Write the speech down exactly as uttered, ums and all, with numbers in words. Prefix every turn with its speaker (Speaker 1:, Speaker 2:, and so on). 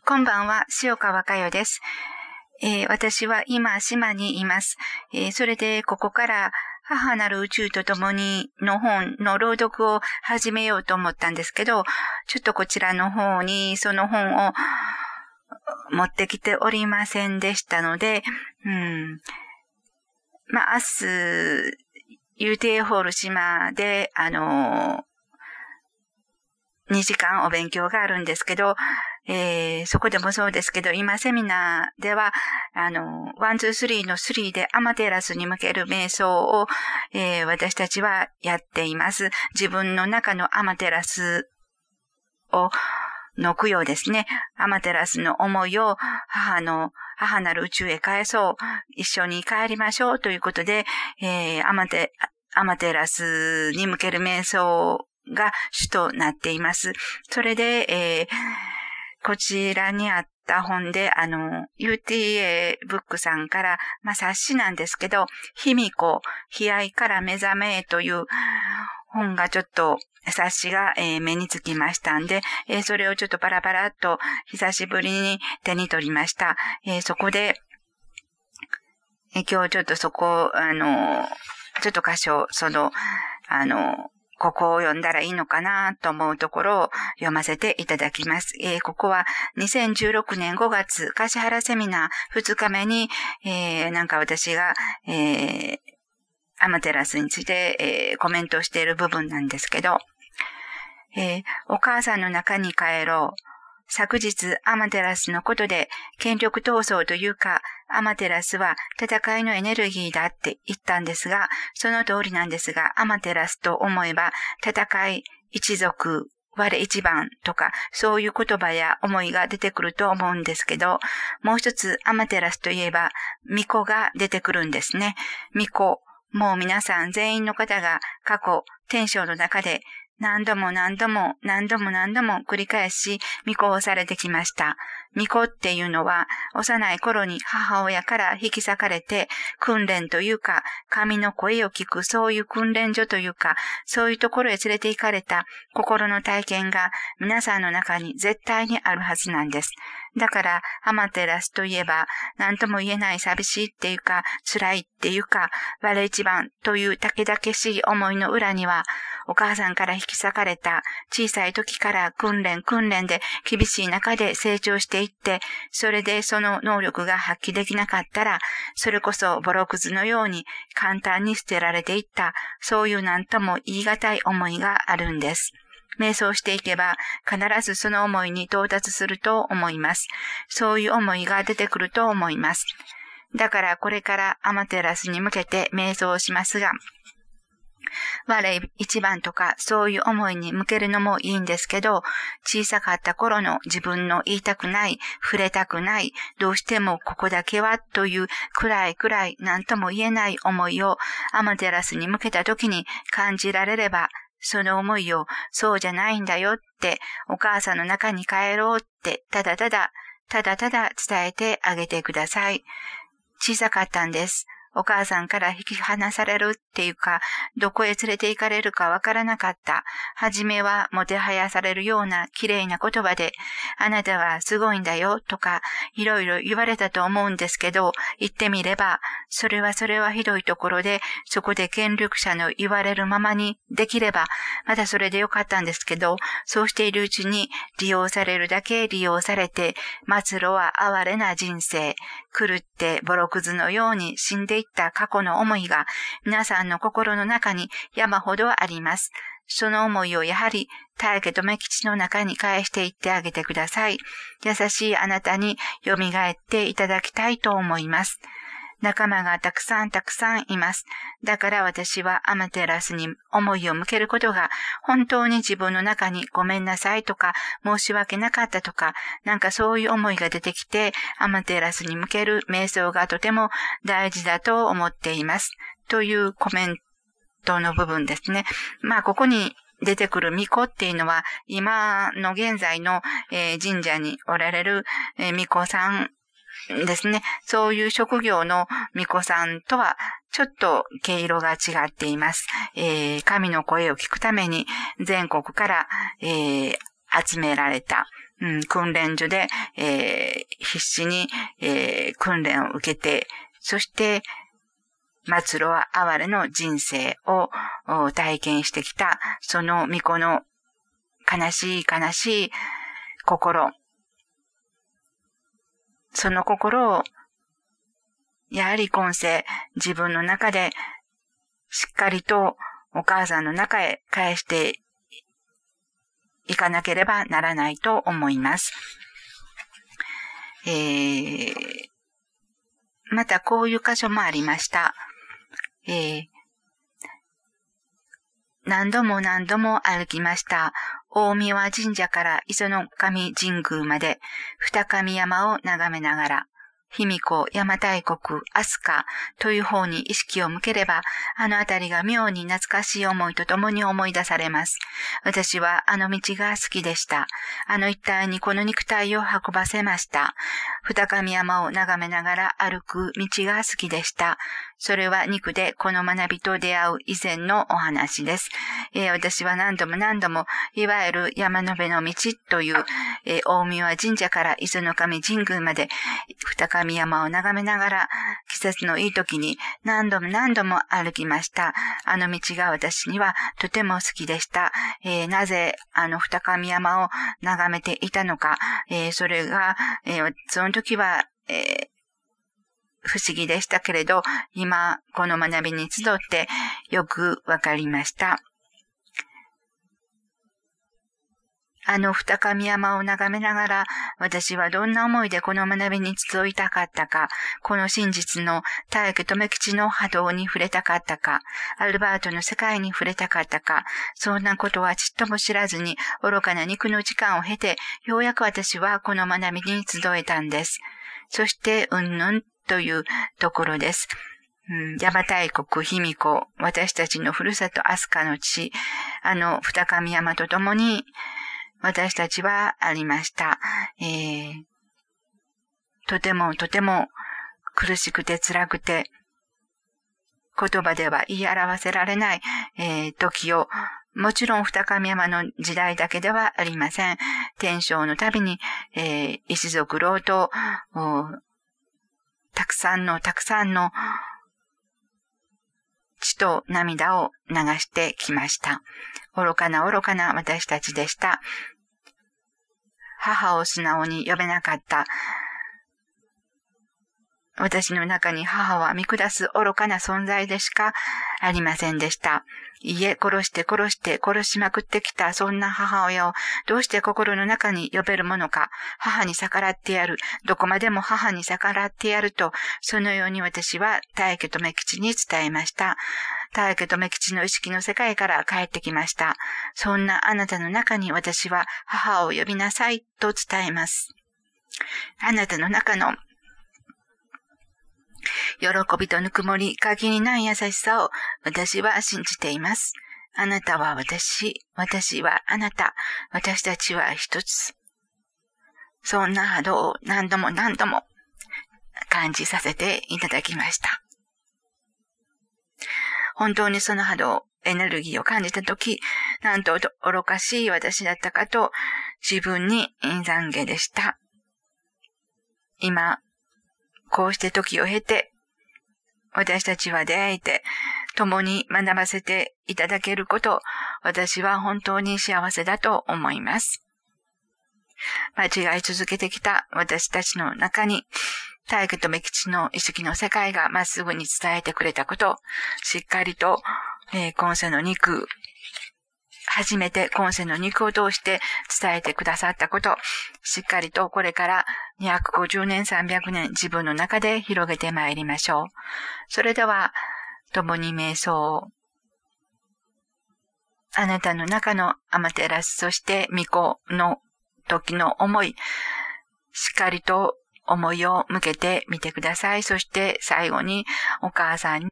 Speaker 1: こんばんは、塩川佳代です。えー、私は今、島にいます。えー、それで、ここから、母なる宇宙と共にの本の朗読を始めようと思ったんですけど、ちょっとこちらの方にその本を持ってきておりませんでしたので、うん、まあ、明日、ユーティーホール島で、あのー、にじかんお勉強があるんですけど、えー、そこでもそうですけど、今セミナーでは、あの、ワン、ツー、スリーのスリーでアマテラスに向ける瞑想を、えー、私たちはやっています。自分の中のアマテラスを、の供養ですね。アマテラスの思いを母の、母なる宇宙へ返そう。一緒に帰りましょうということで、えー、アマテ、アマテラスに向ける瞑想が主となっています。それで、えーこちらにあった本で、あの、ユーティーエー ブックさんから、まあ、冊子なんですけど、卑弥呼、悲哀から目覚めという本がちょっと、冊子が、えー、目につきましたんで、えー、それをちょっとパラパラっと久しぶりに手に取りました。えー、そこで、えー、今日ちょっとそこ、あの、ちょっと箇所、その、あの、ここを読んだらいいのかなと思うところを読ませていただきます。えー、ここはにせんじゅうろくねんごがつ、橿原セミナーふつかめに、えー、なんか私が、えー、アマテラスについて、えー、コメントをしている部分なんですけど、えー、お母さんの中に帰ろう。昨日、アマテラスのことで、権力闘争というか、アマテラスは戦いのエネルギーだって言ったんですが、その通りなんですが、アマテラスと思えば、戦い、一族、我一番とか、そういう言葉や思いが出てくると思うんですけど、もう一つ、アマテラスといえば、巫女が出てくるんですね。巫女、もう皆さん全員の方が過去、天章の中で、何度も何度も何度も何度も繰り返し巫女をされてきました。巫女っていうのは幼い頃に母親から引き裂かれて訓練というか神の声を聞くそういう訓練所というかそういうところへ連れて行かれた心の体験が皆さんの中に絶対にあるはずなんです。だからアマテラスといえば何とも言えない寂しいっていうか辛いっていうか我一番というたけだけしい思いの裏にはお母さんから引き裂かれた小さい時から訓練訓練で厳しい中で成長していって、それでその能力が発揮できなかったら、それこそボロクズのように簡単に捨てられていった、そういう何とも言い難い思いがあるんです。瞑想していけば必ずその思いに到達すると思います。そういう思いが出てくると思います。だからこれからアマテラスに向けて瞑想をしますが、我一番とかそういう思いに向けるのもいいんですけど、小さかった頃の自分の言いたくない、触れたくない、どうしてもここだけはという暗い暗い何とも言えない思いをアマテラスに向けた時に感じられれば、その思いをそうじゃないんだよって、お母さんの中に帰ろうって、ただただ、ただただ伝えてあげてください。小さかったんです。お母さんから引き離されるっていうか、どこへ連れて行かれるかわからなかった。はじめはもてはやされるような綺麗な言葉で、あなたはすごいんだよとか、いろいろ言われたと思うんですけど、言ってみれば、それはそれはひどいところで、そこで権力者の言われるままにできれば、まだそれでよかったんですけど、そうしているうちに利用されるだけ利用されて、末路は哀れな人生、狂ってボロクズのように死んでいった過去の思いが皆さんの心の中に山ほどあります。その思いをやはり大家留吉の中に返していってあげてください。優しいあなたに蘇っていただきたいと思います。仲間がたくさんたくさんいます。だから私はアマテラスに思いを向けることが本当に自分の中にごめんなさいとか申し訳なかったとかなんかそういう思いが出てきてアマテラスに向ける瞑想がとても大事だと思っています。というコメントの部分ですね。まあここに出てくる巫女っていうのは今の現在の、えー、神社におられる、えー、巫女さんですね。そういう職業の巫女さんとはちょっと毛色が違っています。えー、神の声を聞くために全国から、えー、集められた、 うん、訓練所で、えー、必死に、えー、訓練を受けて、そして、末路は哀れの人生を体験してきた、その巫女の悲しい悲しい心。その心を、やはり今世、自分の中で、しっかりとお母さんの中へ返していかなければならないと思います。えー、またこういう箇所もありました。えー、何度も何度も歩きました。大神神社から磯の神神宮まで、二神山を眺めながら、卑弥呼、邪馬台国、飛鳥という方に意識を向ければ、あのあたりが妙に懐かしい思いとともに思い出されます。私はあの道が好きでした。あの一帯にこの肉体を運ばせました。二神山を眺めながら歩く道が好きでした。それは肉でこの学びと出会う以前のお話です。えー、私は何度も何度も、いわゆる山の辺の道という、えー、大神神社から磯の神神宮まで、二神山を眺めながら、季節のいい時に何度も何度も歩きました。あの道が私にはとても好きでした。えー、なぜあの二神山を眺めていたのか、えー、それが、えー、その時は、えー不思議でしたけれど、今、この学びに集ってよくわかりました。あの二神山を眺めながら、私はどんな思いでこの学びに集いたかったか、この真実の大家留吉の波動に触れたかったか、アルバートの世界に触れたかったか、そんなことはちっとも知らずに、愚かな肉の時間を経て、ようやく私はこの学びに集えたんです。そして、うんぬんというところです。うん、邪馬台国、卑弥呼、私たちのふるさと飛鳥の地、あの二神山とともに、私たちはありました。えー、とてもとても苦しくて辛くて、言葉では言い表せられない、えー、時を、もちろん二神山の時代だけではありません。天正のたびに、えー、一族老と、たくさんのたくさんの血と涙を流してきました。愚かな愚かな私たちでした。母を素直に呼べなかった。私の中に母は見下す愚かな存在でしかありませんでした。いいえ、殺して殺して殺しまくってきたそんな母親をどうして心の中に呼べるものか。母に逆らってやる。どこまでも母に逆らってやると、そのように私は大家留吉に伝えました。大家留吉の意識の世界から帰ってきました。そんなあなたの中に私は母を呼びなさいと伝えます。あなたの中の喜びとぬくもり、限りない優しさを私は信じています。あなたは私、私はあなた、私たちは一つ。そんな波動を何度も何度も感じさせていただきました。本当にその波動、エネルギーを感じたとき、なんと愚かしい私だったかと自分に懺悔でした。今、こうして時を経て、私たちは出会えて、共に学ばせていただけること、私は本当に幸せだと思います。間違い続けてきた私たちの中に、大家留吉の意識の世界がまっすぐに伝えてくれたこと、しっかりと、えー、今世の肉、初めて今世の肉を通して伝えてくださったこと、しっかりとこれからにひゃくごじゅうねん、さんびゃくねん自分の中で広げてまいりましょう。それでは、共に瞑想を。あなたの中のアマテラス、そして巫女の時の思い、しっかりと思いを向けてみてください。そして最後にお母さんに